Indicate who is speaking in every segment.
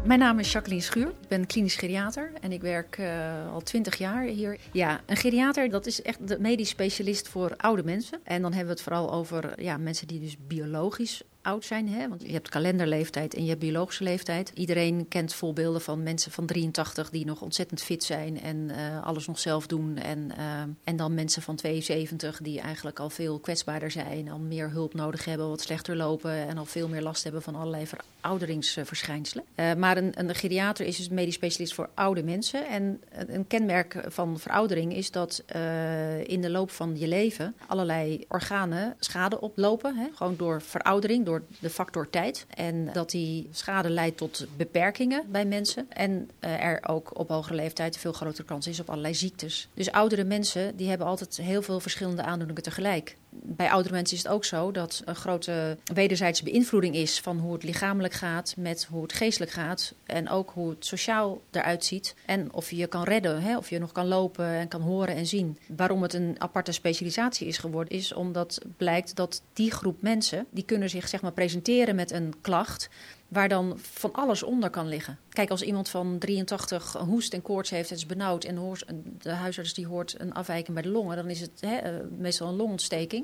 Speaker 1: Mijn naam is Jacqueline Schuur. Ik ben klinisch geriater en ik werk al 20 jaar hier. Ja, een geriater, dat is echt de medisch specialist voor oude mensen. En dan hebben we het vooral over mensen die dus biologisch oud zijn. Hè? Want je hebt kalenderleeftijd en je hebt biologische leeftijd. Iedereen kent voorbeelden van mensen van 83 die nog ontzettend fit zijn en alles nog zelf doen. En dan mensen van 72 die eigenlijk al veel kwetsbaarder zijn, al meer hulp nodig hebben, wat slechter lopen en al veel meer last hebben van allerlei verouderingsverschijnselen. Maar een geriater is dus een medisch specialist voor oude mensen. En een kenmerk van veroudering is dat in de loop van je leven allerlei organen schade oplopen. Hè? Gewoon door veroudering, door de factor tijd. En dat die schade leidt tot beperkingen bij mensen. En er ook op hogere leeftijd een veel grotere kans is op allerlei ziektes. Dus oudere mensen die hebben altijd heel veel verschillende aandoeningen tegelijk. Bij oudere mensen is het ook zo dat een grote wederzijdse beïnvloeding is van hoe het lichamelijk gaat met hoe het geestelijk gaat. En ook hoe het sociaal eruit ziet. En of je je kan redden, hè? Of je nog kan lopen en kan horen en zien. Waarom het een aparte specialisatie is geworden, is omdat blijkt dat die groep mensen, die kunnen zich presenteren met een klacht waar dan van alles onder kan liggen. Kijk, als iemand van 83 hoest en koorts heeft, het is benauwd en de huisarts die hoort een afwijking bij de longen, dan is het meestal een longontsteking.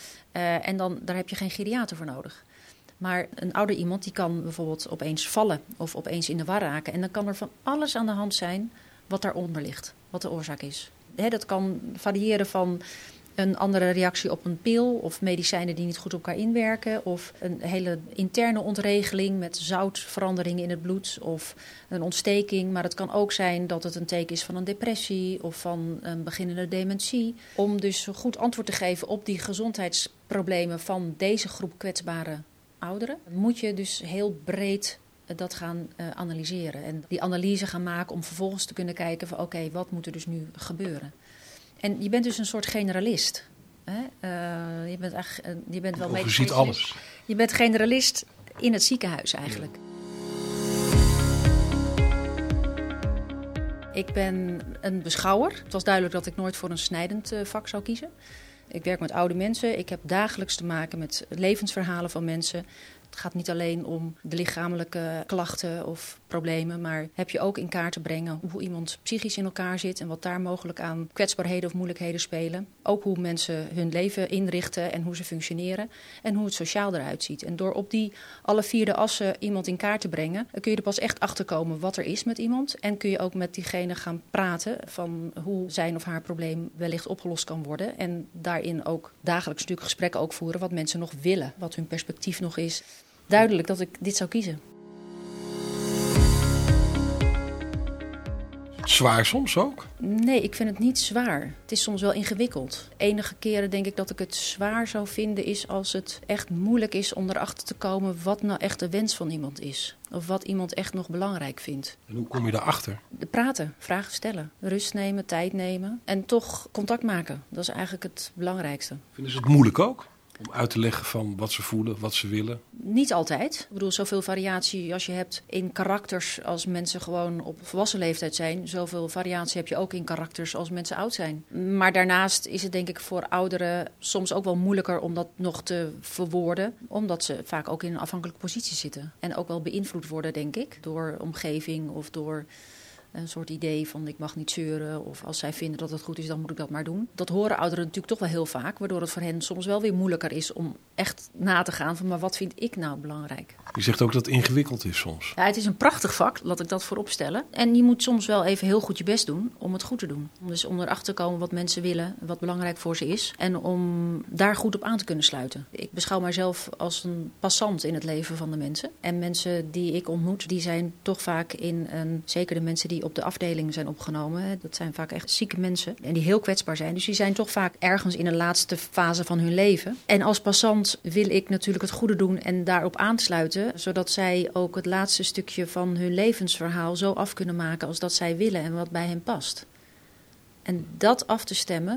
Speaker 1: En daar heb je geen geriater voor nodig. Maar een ouder iemand die kan bijvoorbeeld opeens vallen of opeens in de war raken. En dan kan er van alles aan de hand zijn wat daaronder ligt, wat de oorzaak is. Dat kan variëren van een andere reactie op een pil of medicijnen die niet goed op elkaar inwerken. Of een hele interne ontregeling met zoutveranderingen in het bloed of een ontsteking. Maar het kan ook zijn dat het een teken is van een depressie of van een beginnende dementie. Om dus goed antwoord te geven op die gezondheidsproblemen van deze groep kwetsbare ouderen, moet je dus heel breed dat gaan analyseren. En die analyse gaan maken om vervolgens te kunnen kijken van oké, wat moet er dus nu gebeuren? En je bent dus een soort generalist. Hè? Je bent wel
Speaker 2: je ziet alles.
Speaker 1: Je bent generalist in het ziekenhuis eigenlijk. Ja. Ik ben een beschouwer. Het was duidelijk dat ik nooit voor een snijdend vak zou kiezen. Ik werk met oude mensen. Ik heb dagelijks te maken met levensverhalen van mensen. Het gaat niet alleen om de lichamelijke klachten of problemen, maar heb je ook in kaart te brengen hoe iemand psychisch in elkaar zit en wat daar mogelijk aan kwetsbaarheden of moeilijkheden spelen. Ook hoe mensen hun leven inrichten en hoe ze functioneren en hoe het sociaal eruit ziet. En door op die alle 4 assen iemand in kaart te brengen, kun je er pas echt achter komen wat er is met iemand. En kun je ook met diegene gaan praten van hoe zijn of haar probleem wellicht opgelost kan worden. En daarin ook dagelijks natuurlijk gesprekken ook voeren wat mensen nog willen, wat hun perspectief nog is. Duidelijk dat ik dit zou kiezen.
Speaker 2: Zwaar soms ook?
Speaker 1: Nee, ik vind het niet zwaar. Het is soms wel ingewikkeld. Enige keren denk ik dat ik het zwaar zou vinden is als het echt moeilijk is om erachter te komen wat nou echt de wens van iemand is. Of wat iemand echt nog belangrijk vindt.
Speaker 2: En hoe kom je daarachter?
Speaker 1: Praten, vragen stellen, rust nemen, tijd nemen en toch contact maken. Dat is eigenlijk het belangrijkste.
Speaker 2: Vinden ze het moeilijk ook? Om uit te leggen van wat ze voelen, wat ze willen?
Speaker 1: Niet altijd. Ik bedoel, zoveel variatie als je hebt in karakters als mensen gewoon op volwassen leeftijd zijn. Zoveel variatie heb je ook in karakters als mensen oud zijn. Maar daarnaast is het denk ik voor ouderen soms ook wel moeilijker om dat nog te verwoorden. Omdat ze vaak ook in een afhankelijke positie zitten. En ook wel beïnvloed worden, denk ik, door omgeving of door een soort idee van ik mag niet zeuren of als zij vinden dat het goed is, dan moet ik dat maar doen. Dat horen ouderen natuurlijk toch wel heel vaak, waardoor het voor hen soms wel weer moeilijker is om echt na te gaan van maar wat vind ik nou belangrijk.
Speaker 2: Je zegt ook dat het ingewikkeld is soms.
Speaker 1: Ja, het is een prachtig vak, laat ik dat voorop stellen. En je moet soms wel even heel goed je best doen om het goed te doen. Dus om erachter te komen wat mensen willen, wat belangrijk voor ze is en om daar goed op aan te kunnen sluiten. Ik beschouw mijzelf als een passant in het leven van de mensen. En mensen die ik ontmoet, die zijn toch vaak zeker de mensen die op de afdeling zijn opgenomen. Dat zijn vaak echt zieke mensen en die heel kwetsbaar zijn. Dus die zijn toch vaak ergens in de laatste fase van hun leven. En als passant wil ik natuurlijk het goede doen en daarop aansluiten, zodat zij ook het laatste stukje van hun levensverhaal zo af kunnen maken als dat zij willen en wat bij hen past. En dat af te stemmen,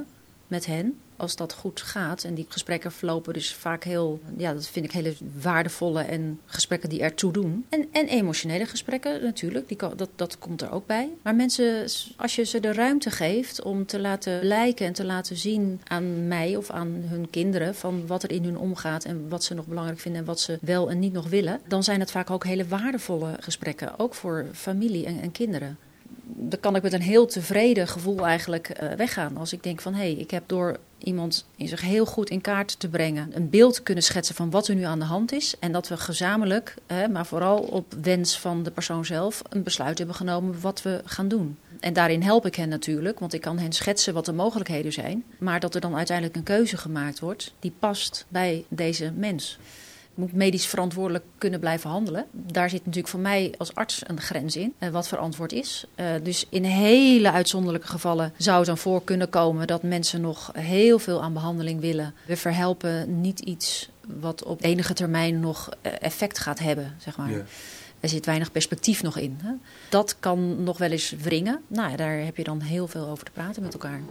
Speaker 1: met hen. Als dat goed gaat. En die gesprekken verlopen dus vaak heel, dat vind ik hele waardevolle en gesprekken die ertoe doen. En emotionele gesprekken natuurlijk, dat komt er ook bij. Maar mensen, als je ze de ruimte geeft om te laten blijken en te laten zien aan mij of aan hun kinderen van wat er in hun omgaat en wat ze nog belangrijk vinden en wat ze wel en niet nog willen, dan zijn het vaak ook hele waardevolle gesprekken, ook voor familie en kinderen. Dan kan ik met een heel tevreden gevoel eigenlijk weggaan. Als ik denk van, ik heb door iemand in zich heel goed in kaart te brengen een beeld kunnen schetsen van wat er nu aan de hand is. En dat we gezamenlijk, maar vooral op wens van de persoon zelf, een besluit hebben genomen wat we gaan doen. En daarin help ik hen natuurlijk, want ik kan hen schetsen wat de mogelijkheden zijn. Maar dat er dan uiteindelijk een keuze gemaakt wordt die past bij deze mens. Moet medisch verantwoordelijk kunnen blijven handelen. Daar zit natuurlijk voor mij als arts een grens in, wat verantwoord is. Dus in hele uitzonderlijke gevallen zou het dan voor kunnen komen dat mensen nog heel veel aan behandeling willen. We verhelpen niet iets wat op enige termijn nog effect gaat hebben, zeg maar. Ja. Er zit weinig perspectief nog in. Hè? Dat kan nog wel eens wringen. Nou ja, daar heb je dan heel veel over te praten met elkaar.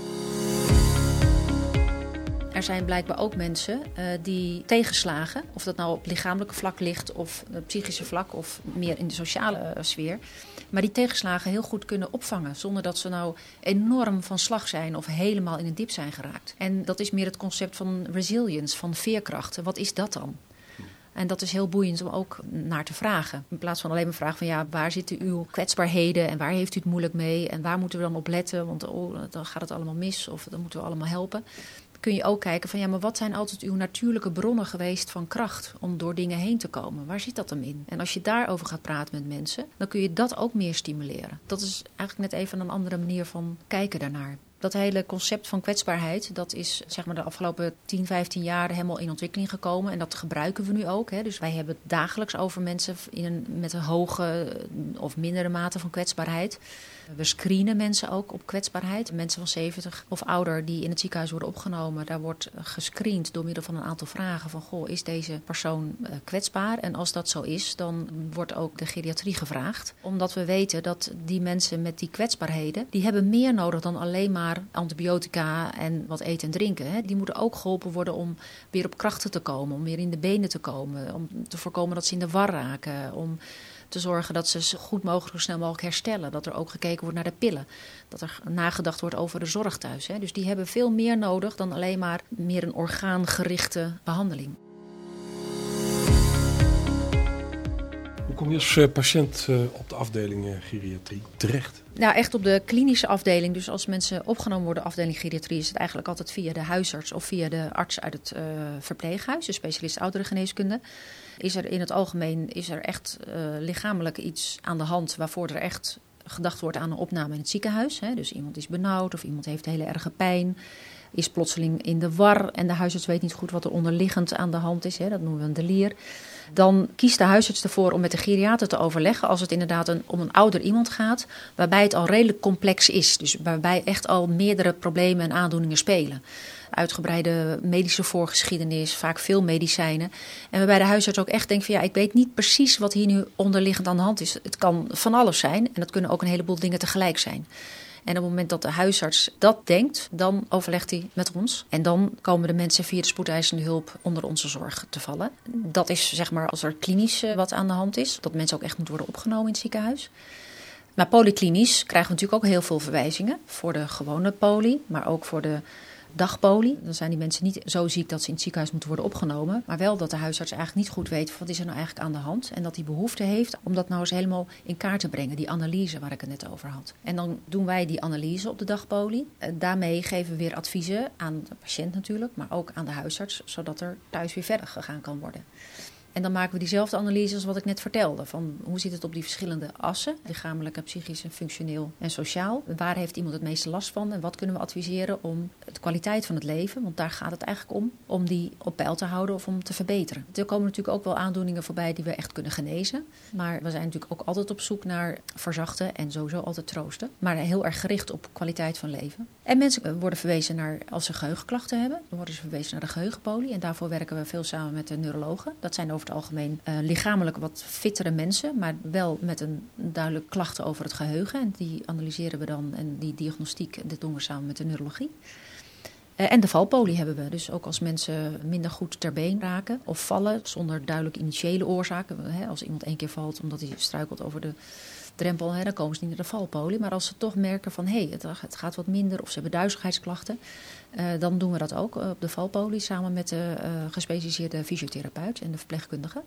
Speaker 1: Er zijn blijkbaar ook mensen die tegenslagen, of dat nou op lichamelijke vlak ligt of psychische vlak of meer in de sociale sfeer, maar die tegenslagen heel goed kunnen opvangen zonder dat ze nou enorm van slag zijn of helemaal in een dip zijn geraakt. En dat is meer het concept van resilience, van veerkracht. Wat is dat dan? En dat is heel boeiend om ook naar te vragen. In plaats van alleen maar vragen van waar zitten uw kwetsbaarheden en waar heeft u het moeilijk mee en waar moeten we dan op letten, want dan gaat het allemaal mis of dan moeten we allemaal helpen. Kun je ook kijken van maar wat zijn altijd uw natuurlijke bronnen geweest van kracht om door dingen heen te komen? Waar zit dat dan in? En als je daarover gaat praten met mensen, dan kun je dat ook meer stimuleren. Dat is eigenlijk net even een andere manier van kijken daarnaar. Dat hele concept van kwetsbaarheid, dat is zeg maar de afgelopen 10, 15 jaar helemaal in ontwikkeling gekomen. En dat gebruiken we nu ook. Hè. Dus wij hebben het dagelijks over mensen met een hoge of mindere mate van kwetsbaarheid. We screenen mensen ook op kwetsbaarheid. Mensen van 70 of ouder die in het ziekenhuis worden opgenomen, daar wordt gescreend door middel van een aantal vragen van, is deze persoon kwetsbaar? En als dat zo is, dan wordt ook de geriatrie gevraagd. Omdat we weten dat die mensen met die kwetsbaarheden, die hebben meer nodig dan alleen maar antibiotica en wat eten en drinken. Hè. Die moeten ook geholpen worden om weer op krachten te komen, om weer in de benen te komen, om te voorkomen dat ze in de war raken, om te zorgen dat ze zo goed mogelijk, zo snel mogelijk herstellen. Dat er ook gekeken wordt naar de pillen. Dat er nagedacht wordt over de zorg thuis. Hè. Dus die hebben veel meer nodig dan alleen maar meer een orgaangerichte behandeling.
Speaker 2: Hoe kom je als patiënt op de afdeling geriatrie terecht?
Speaker 1: Nou, echt op de klinische afdeling. Dus als mensen opgenomen worden afdeling geriatrie, is het eigenlijk altijd via de huisarts of via de arts uit het verpleeghuis, de specialist ouderengeneeskunde. Is er in het algemeen echt lichamelijk iets aan de hand waarvoor er echt gedacht wordt aan een opname in het ziekenhuis. Hè? Dus iemand is benauwd of iemand heeft hele erge pijn, is plotseling in de war en de huisarts weet niet goed wat er onderliggend aan de hand is. Hè? Dat noemen we een delier. Dan kiest de huisarts ervoor om met de geriater te overleggen als het inderdaad om een ouder iemand gaat, waarbij het al redelijk complex is. Dus waarbij echt al meerdere problemen en aandoeningen spelen. Uitgebreide medische voorgeschiedenis, vaak veel medicijnen. En waarbij de huisarts ook echt denkt van ik weet niet precies wat hier nu onderliggend aan de hand is. Het kan van alles zijn en dat kunnen ook een heleboel dingen tegelijk zijn. En op het moment dat de huisarts dat denkt, dan overlegt hij met ons. En dan komen de mensen via de spoedeisende hulp onder onze zorg te vallen. Dat is zeg maar als er klinisch wat aan de hand is. Dat mensen ook echt moeten worden opgenomen in het ziekenhuis. Maar polyklinisch krijgen we natuurlijk ook heel veel verwijzingen. Voor de gewone poli, maar ook voor de dagpoli. Dan zijn die mensen niet zo ziek dat ze in het ziekenhuis moeten worden opgenomen. Maar wel dat de huisarts eigenlijk niet goed weet wat is er nou eigenlijk aan de hand. En dat hij behoefte heeft om dat nou eens helemaal in kaart te brengen. Die analyse waar ik het net over had. En dan doen wij die analyse op de dagpoli. Daarmee geven we weer adviezen aan de patiënt natuurlijk. Maar ook aan de huisarts. Zodat er thuis weer verder gegaan kan worden. En dan maken we diezelfde analyse als wat ik net vertelde. Van hoe zit het op die verschillende assen? Lichamelijk, psychisch, functioneel en sociaal. Waar heeft iemand het meeste last van? En wat kunnen we adviseren om de kwaliteit van het leven, want daar gaat het eigenlijk om die op peil te houden of om te verbeteren. Er komen natuurlijk ook wel aandoeningen voorbij die we echt kunnen genezen. Maar we zijn natuurlijk ook altijd op zoek naar verzachten en sowieso altijd troosten. Maar heel erg gericht op kwaliteit van leven. En mensen worden verwezen naar, als ze geheugenklachten hebben, dan worden ze verwezen naar de geheugenpoli. En daarvoor werken we veel samen met de neurologen. Dat zijn over het algemeen lichamelijk wat fittere mensen, maar wel met een duidelijk klachten over het geheugen. En die analyseren we dan en die diagnostiek, dit doen we samen met de neurologie. En de valpolie hebben we. Dus ook als mensen minder goed ter been raken of vallen zonder duidelijk initiële oorzaken. Als iemand 1 keer valt omdat hij struikelt over de drempel, dan komen ze niet naar de valpolie. Maar als ze toch merken van het gaat wat minder of ze hebben duizeligheidsklachten, dan doen we dat ook op de valpolie samen met de gespecialiseerde fysiotherapeut en de verpleegkundige.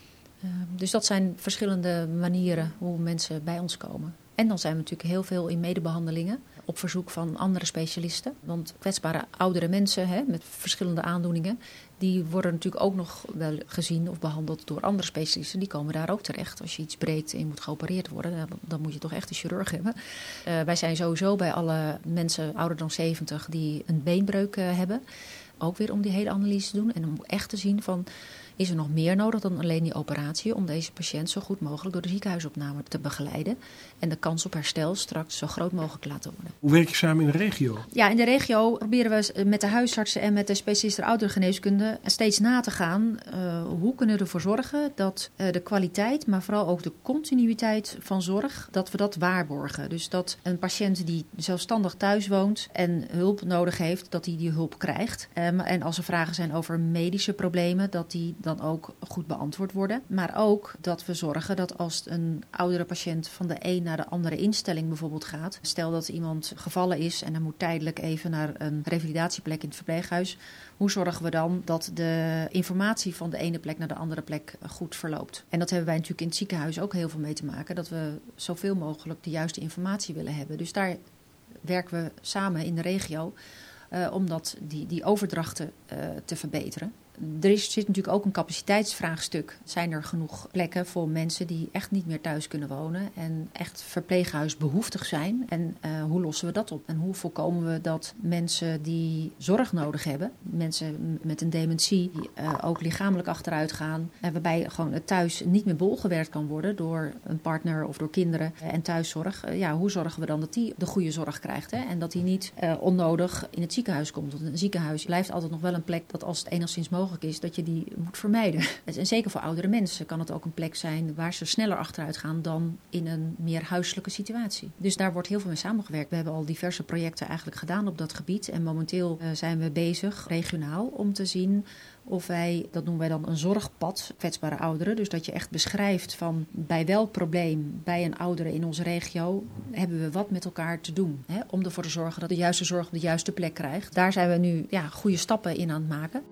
Speaker 1: Dus dat zijn verschillende manieren hoe mensen bij ons komen. En dan zijn we natuurlijk heel veel in medebehandelingen op verzoek van andere specialisten. Want kwetsbare oudere mensen met verschillende aandoeningen, die worden natuurlijk ook nog wel gezien of behandeld door andere specialisten. Die komen daar ook terecht. Als je iets breekt en je moet geopereerd worden, dan moet je toch echt een chirurg hebben. Wij zijn sowieso bij alle mensen ouder dan 70 die een beenbreuk hebben. Ook weer om die hele analyse te doen en om echt te zien van, is er nog meer nodig dan alleen die operatie om deze patiënt zo goed mogelijk door de ziekenhuisopname te begeleiden en de kans op herstel straks zo groot mogelijk laten worden.
Speaker 2: Hoe werk je samen in de regio?
Speaker 1: Ja, in de regio proberen we met de huisartsen en met de specialisten ouderengeneeskunde steeds na te gaan. Hoe kunnen we ervoor zorgen dat de kwaliteit, maar vooral ook de continuïteit van zorg, dat we dat waarborgen. Dus dat een patiënt die zelfstandig thuis woont en hulp nodig heeft, dat hij die hulp krijgt. En als er vragen zijn over medische problemen, dat die dan ook goed beantwoord worden. Maar ook dat we zorgen dat als een oudere patiënt van de een naar de andere instelling bijvoorbeeld gaat. Stel dat iemand gevallen is en hij moet tijdelijk even naar een revalidatieplek in het verpleeghuis. Hoe zorgen we dan dat de informatie van de ene plek naar de andere plek goed verloopt? En dat hebben wij natuurlijk in het ziekenhuis ook heel veel mee te maken. Dat we zoveel mogelijk de juiste informatie willen hebben. Dus daar werken we samen in de regio om die overdrachten te verbeteren. Zit natuurlijk ook een capaciteitsvraagstuk. Zijn er genoeg plekken voor mensen die echt niet meer thuis kunnen wonen en echt verpleeghuisbehoeftig zijn? En hoe lossen we dat op? En hoe voorkomen we dat mensen die zorg nodig hebben, mensen met een dementie, die ook lichamelijk achteruit gaan, en waarbij gewoon het thuis niet meer bolgewerkt kan worden door een partner of door kinderen en thuiszorg. Hoe zorgen we dan dat die de goede zorg krijgt? En dat die niet onnodig in het ziekenhuis komt. Want een ziekenhuis blijft altijd nog wel een plek dat als het enigszins mogelijk is, dat je die moet vermijden. En zeker voor oudere mensen kan het ook een plek zijn waar ze sneller achteruit gaan dan in een meer huiselijke situatie. Dus daar wordt heel veel mee samengewerkt. We hebben al diverse projecten eigenlijk gedaan op dat gebied. En momenteel zijn we bezig, regionaal, om te zien of wij, dat noemen wij dan een zorgpad, kwetsbare ouderen. Dus dat je echt beschrijft van bij welk probleem bij een oudere in onze regio hebben we wat met elkaar te doen. Om ervoor te zorgen dat de juiste zorg op de juiste plek krijgt. Daar zijn we nu goede stappen in aan het maken.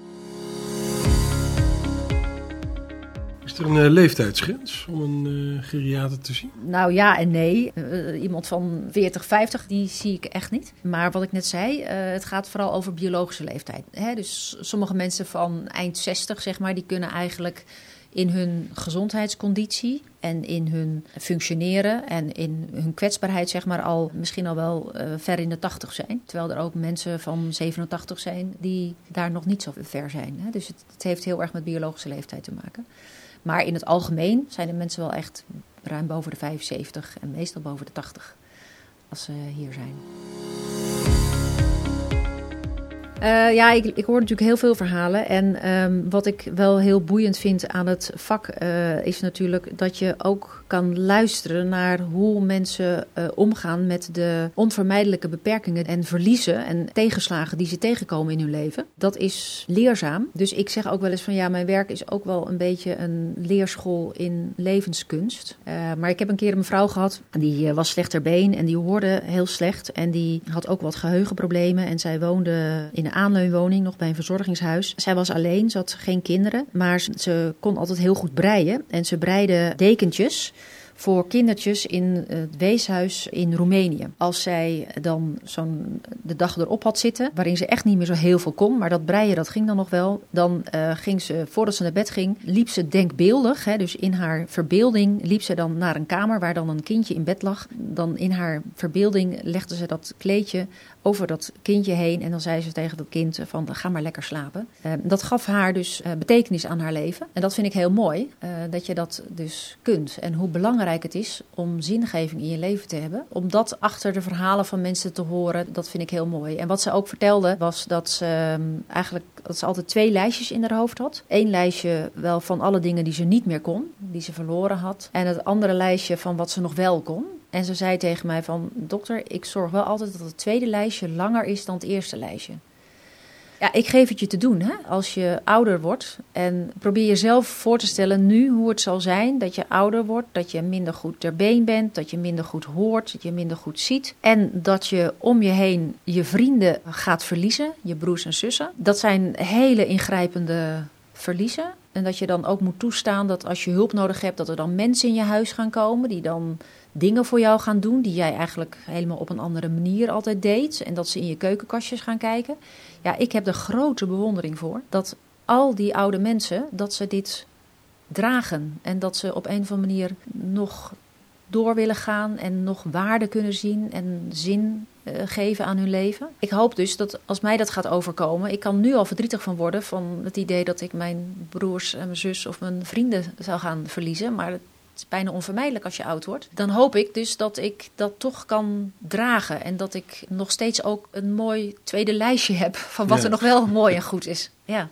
Speaker 2: Is er een leeftijdsgrens om een geriater te zien?
Speaker 1: Nou ja en nee. Iemand van 40, 50, die zie ik echt niet. Maar wat ik net zei, het gaat vooral over biologische leeftijd. Dus sommige mensen van eind 60, zeg maar, die kunnen eigenlijk in hun gezondheidsconditie en in hun functioneren en in hun kwetsbaarheid, zeg maar, misschien al wel ver in de 80 zijn. Terwijl er ook mensen van 87 zijn die daar nog niet zo ver zijn. Dus het heeft heel erg met biologische leeftijd te maken. Maar in het algemeen zijn de mensen wel echt ruim boven de 75 en meestal boven de 80 als ze hier zijn. Ik hoor natuurlijk heel veel verhalen. En wat ik wel heel boeiend vind aan het vak is natuurlijk dat je ook kan luisteren naar hoe mensen omgaan met de onvermijdelijke beperkingen en verliezen en tegenslagen die ze tegenkomen in hun leven. Dat is leerzaam. Dus ik zeg ook wel eens van mijn werk is ook wel een beetje een leerschool in levenskunst. Maar ik heb een keer een mevrouw gehad, die was slecht ter been en die hoorde heel slecht. En die had ook wat geheugenproblemen en zij woonde in een aanleunwoning nog bij een verzorgingshuis. Zij was alleen, ze had geen kinderen, maar ze kon altijd heel goed breien. En ze breide dekentjes voor kindertjes in het weeshuis in Roemenië. Als zij dan de dag erop had zitten, waarin ze echt niet meer zo heel veel kon, maar dat breien, dat ging dan nog wel, dan ging ze, voordat ze naar bed ging, liep ze denkbeeldig, dus in haar verbeelding liep ze dan naar een kamer waar dan een kindje in bed lag. Dan in haar verbeelding legde ze dat kleedje over dat kindje heen en dan zei ze tegen dat kind van ga maar lekker slapen. Dat gaf haar dus betekenis aan haar leven. En dat vind ik heel mooi, dat je dat dus kunt. En hoe belangrijk het is om zingeving in je leven te hebben. Om dat achter de verhalen van mensen te horen, dat vind ik heel mooi. En wat ze ook vertelde was dat ze altijd 2 lijstjes in haar hoofd had. 1 lijstje wel van alle dingen die ze niet meer kon, die ze verloren had. En het andere lijstje van wat ze nog wel kon. En ze zei tegen mij van, dokter, ik zorg wel altijd dat het tweede lijstje langer is dan het eerste lijstje. Ja, ik geef het je te doen, hè? Als je ouder wordt. En probeer jezelf voor te stellen nu hoe het zal zijn dat je ouder wordt. Dat je minder goed ter been bent. Dat je minder goed hoort. Dat je minder goed ziet. En dat je om je heen je vrienden gaat verliezen. Je broers en zussen. Dat zijn hele ingrijpende verliezen. En dat je dan ook moet toestaan dat als je hulp nodig hebt, dat er dan mensen in je huis gaan komen die dan dingen voor jou gaan doen die jij eigenlijk helemaal op een andere manier altijd deed. En dat ze in je keukenkastjes gaan kijken. Ja, ik heb er grote bewondering voor dat al die oude mensen, dat ze dit dragen. En dat ze op een of andere manier nog door willen gaan en nog waarde kunnen zien en zin geven aan hun leven. Ik hoop dus dat als mij dat gaat overkomen, ik kan nu al verdrietig van worden van het idee dat ik mijn broers en mijn zus of mijn vrienden zou gaan verliezen. Maar het is bijna onvermijdelijk als je oud wordt. Dan hoop ik dus dat ik dat toch kan dragen en dat ik nog steeds ook een mooi tweede lijstje heb van wat er nog wel mooi en goed is. Ja.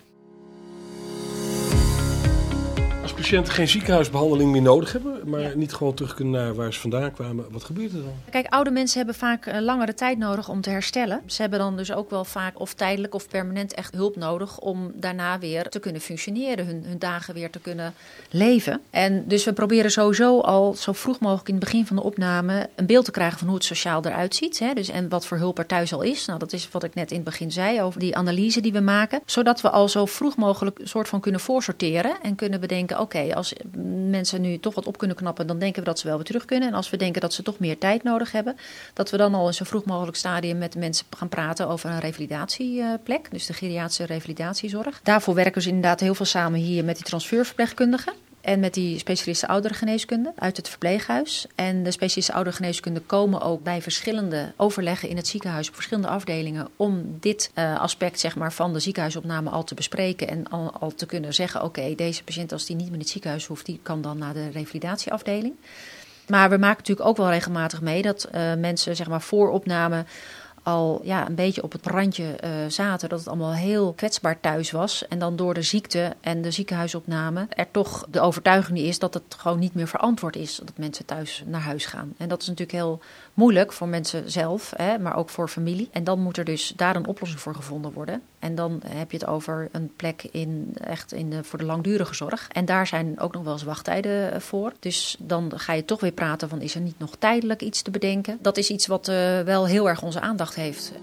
Speaker 2: Als patiënten geen ziekenhuisbehandeling meer nodig hebben, maar niet gewoon terug kunnen naar waar ze vandaan kwamen, wat gebeurt er dan?
Speaker 1: Kijk, oude mensen hebben vaak een langere tijd nodig om te herstellen. Ze hebben dan dus ook wel vaak of tijdelijk of permanent echt hulp nodig om daarna weer te kunnen functioneren, hun dagen weer te kunnen leven. En dus we proberen sowieso al zo vroeg mogelijk in het begin van de opname een beeld te krijgen van hoe het sociaal eruit ziet. Hè? Dus, en wat voor hulp er thuis al is. Nou, dat is wat ik net in het begin zei over die analyse die we maken. Zodat we al zo vroeg mogelijk een soort van kunnen voorsorteren en kunnen bedenken, oké, als mensen nu toch wat op kunnen knappen, dan denken we dat ze wel weer terug kunnen. En als we denken dat ze toch meer tijd nodig hebben, dat we dan al in zo vroeg mogelijk stadium met de mensen gaan praten over een revalidatieplek. Dus de geriatrische revalidatiezorg. Daarvoor werken ze inderdaad heel veel samen hier met die transferverpleegkundigen. En met die specialisten ouderengeneeskunde uit het verpleeghuis. En de specialisten ouderengeneeskunde komen ook bij verschillende overleggen in het ziekenhuis op verschillende afdelingen om dit aspect zeg maar, van de ziekenhuisopname al te bespreken en al te kunnen zeggen, oké, deze patiënt als die niet meer in het ziekenhuis hoeft, die kan dan naar de revalidatieafdeling. Maar we maken natuurlijk ook wel regelmatig mee dat mensen zeg maar, voor opname al een beetje op het randje zaten, dat het allemaal heel kwetsbaar thuis was. En dan door de ziekte en de ziekenhuisopname er toch de overtuiging is dat het gewoon niet meer verantwoord is dat mensen thuis naar huis gaan. En dat is natuurlijk heel moeilijk voor mensen zelf, maar ook voor familie. En dan moet er dus daar een oplossing voor gevonden worden. En dan heb je het over een plek voor de langdurige zorg. En daar zijn ook nog wel eens wachttijden voor. Dus dan ga je toch weer praten van, is er niet nog tijdelijk iets te bedenken? Dat is iets wat wel heel erg onze aandacht heeft.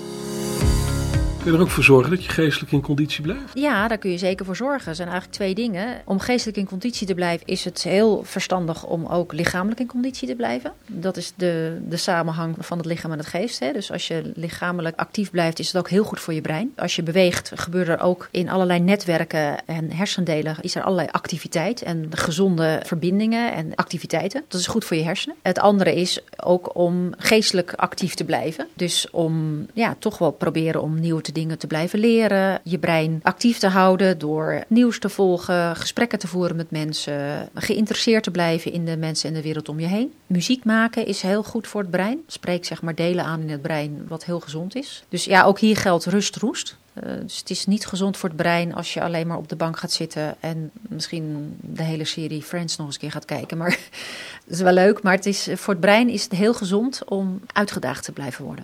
Speaker 2: Kun je er ook voor zorgen dat je geestelijk in conditie blijft?
Speaker 1: Ja, daar kun je zeker voor zorgen. Er zijn eigenlijk twee dingen. Om geestelijk in conditie te blijven is het heel verstandig om ook lichamelijk in conditie te blijven. Dat is de samenhang van het lichaam en het geest. Hè. Dus als je lichamelijk actief blijft, is het ook heel goed voor je brein. Als je beweegt, gebeuren er ook in allerlei netwerken en hersendelen is er allerlei activiteit en gezonde verbindingen en activiteiten. Dat is goed voor je hersenen. Het andere is ook om geestelijk actief te blijven. Dus om toch wel proberen om nieuwe dingen te blijven leren, je brein actief te houden door nieuws te volgen, gesprekken te voeren met mensen, geïnteresseerd te blijven in de mensen en de wereld om je heen. Muziek maken is heel goed voor het brein. Spreekt zeg maar delen aan in het brein wat heel gezond is. Dus ook hier geldt rust roest. Dus het is niet gezond voor het brein als je alleen maar op de bank gaat zitten en misschien de hele serie Friends nog eens een keer gaat kijken. Maar dat is wel leuk, maar voor het brein is het heel gezond om uitgedaagd te blijven worden.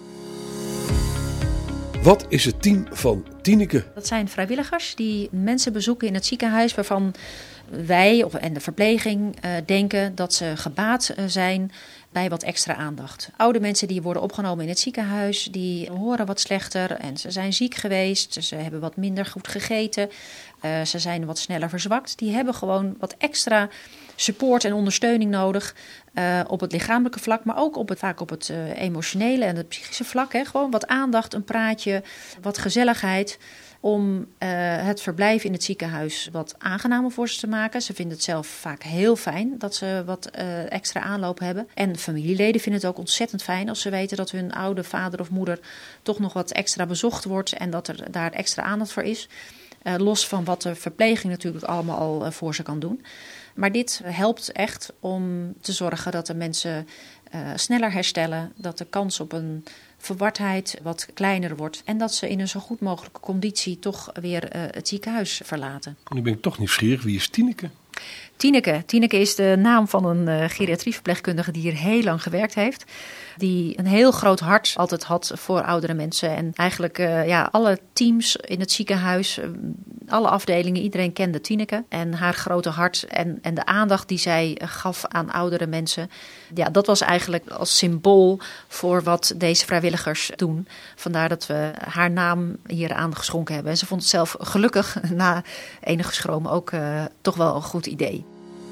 Speaker 2: Wat is het team van Tineke?
Speaker 1: Dat zijn vrijwilligers die mensen bezoeken in het ziekenhuis waarvan wij en de verpleging denken dat ze gebaat zijn bij wat extra aandacht. Oude mensen die worden opgenomen in het ziekenhuis, die horen wat slechter en ze zijn ziek geweest, ze hebben wat minder goed gegeten, ze zijn wat sneller verzwakt. Die hebben gewoon wat extra support en ondersteuning nodig op het lichamelijke vlak, maar ook vaak op het emotionele en het psychische vlak. Hè. Gewoon wat aandacht, een praatje, wat gezelligheid om het verblijf in het ziekenhuis wat aangenamer voor ze te maken. Ze vinden het zelf vaak heel fijn dat ze wat extra aanloop hebben. En familieleden vinden het ook ontzettend fijn als ze weten dat hun oude vader of moeder toch nog wat extra bezocht wordt en dat er daar extra aandacht voor is. Los van wat de verpleging natuurlijk allemaal al voor ze kan doen. Maar dit helpt echt om te zorgen dat de mensen sneller herstellen, dat de kans op een verwardheid wat kleiner wordt en dat ze in een zo goed mogelijke conditie toch weer het ziekenhuis verlaten.
Speaker 2: Nu ben ik toch nieuwsgierig, wie is Tineke?
Speaker 1: Tineke. Tineke is de naam van een geriatrieverpleegkundige die hier heel lang gewerkt heeft. Die een heel groot hart altijd had voor oudere mensen. En eigenlijk alle teams in het ziekenhuis, alle afdelingen, iedereen kende Tineke. En haar grote hart en de aandacht die zij gaf aan oudere mensen. Ja, dat was eigenlijk als symbool voor wat deze vrijwilligers doen. Vandaar dat we haar naam hier aangeschonken hebben. En ze vond het zelf gelukkig, na enige schroom, ook toch wel een goed idee.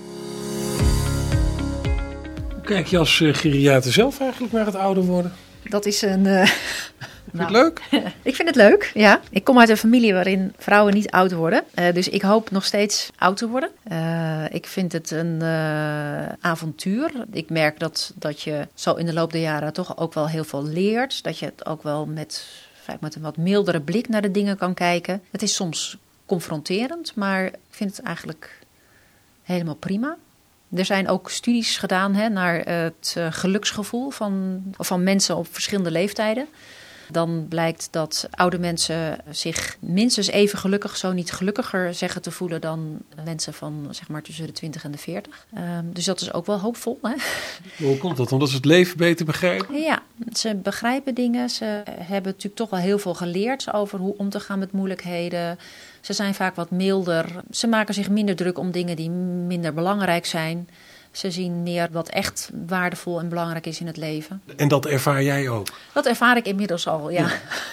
Speaker 2: Kijk je als geriater zelf eigenlijk naar het ouder worden?
Speaker 1: Dat is een...
Speaker 2: Vind je het leuk?
Speaker 1: Ik vind het leuk, ja. Ik kom uit een familie waarin vrouwen niet oud worden. Dus ik hoop nog steeds oud te worden. Ik vind het een avontuur. Ik merk dat je zo in de loop der jaren toch ook wel heel veel leert. Dat je het ook wel met een wat mildere blik naar de dingen kan kijken. Het is soms confronterend, maar ik vind het eigenlijk helemaal prima. Er zijn ook studies gedaan naar het geluksgevoel van mensen op verschillende leeftijden. Dan blijkt dat oude mensen zich minstens even gelukkig, zo niet gelukkiger zeggen te voelen dan mensen van zeg maar tussen de 20 en de 40. Dus dat is ook wel hoopvol. Hè?
Speaker 2: Hoe komt dat? Omdat ze het leven beter begrijpen?
Speaker 1: Ja, ze begrijpen dingen. Ze hebben natuurlijk toch wel heel veel geleerd over hoe om te gaan met moeilijkheden. Ze zijn vaak wat milder. Ze maken zich minder druk om dingen die minder belangrijk zijn. Ze zien meer wat echt waardevol en belangrijk is in het leven.
Speaker 2: En dat ervaar jij ook?
Speaker 1: Dat ervaar ik inmiddels al, ja.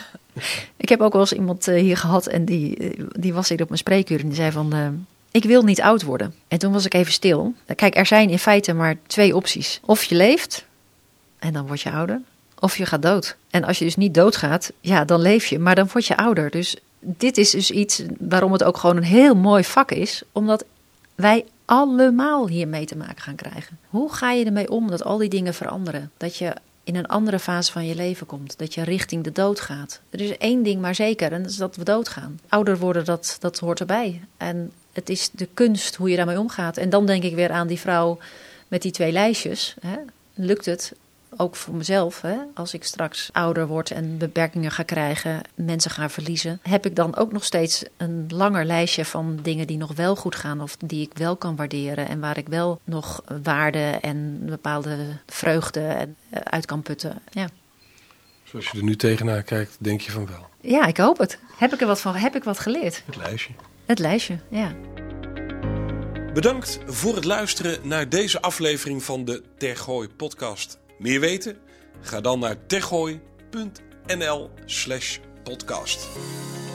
Speaker 1: Ik heb ook wel eens iemand hier gehad en die was hier op mijn spreekuur en die zei van... ik wil niet oud worden. En toen was ik even stil. Kijk, er zijn in feite maar 2 opties. Of je leeft en dan word je ouder. Of je gaat dood. En als je dus niet doodgaat, ja, dan leef je. Maar dan word je ouder. Dus dit is dus iets waarom het ook gewoon een heel mooi vak is. Omdat wij allemaal hiermee te maken gaan krijgen. Hoe ga je ermee om dat al die dingen veranderen? Dat je in een andere fase van je leven komt. Dat je richting de dood gaat. Er is 1 ding maar zeker en dat is dat we doodgaan. Ouder worden, dat hoort erbij. En het is de kunst hoe je daarmee omgaat. En dan denk ik weer aan die vrouw met die 2 lijstjes. Hè? Lukt het? Ook voor mezelf, hè? Als ik straks ouder word en beperkingen ga krijgen, mensen ga verliezen, heb ik dan ook nog steeds een langer lijstje van dingen die nog wel goed gaan of die ik wel kan waarderen en waar ik wel nog waarde en bepaalde vreugde uit kan putten. Ja.
Speaker 2: Zoals je er nu tegenaan kijkt, denk je van wel.
Speaker 1: Ja, ik hoop het. Heb ik er wat van? Heb ik wat geleerd?
Speaker 2: Het lijstje.
Speaker 1: Het lijstje, ja.
Speaker 2: Bedankt voor het luisteren naar deze aflevering van de Tergooi podcast. Meer weten? Ga dan naar tergooi.nl/podcast.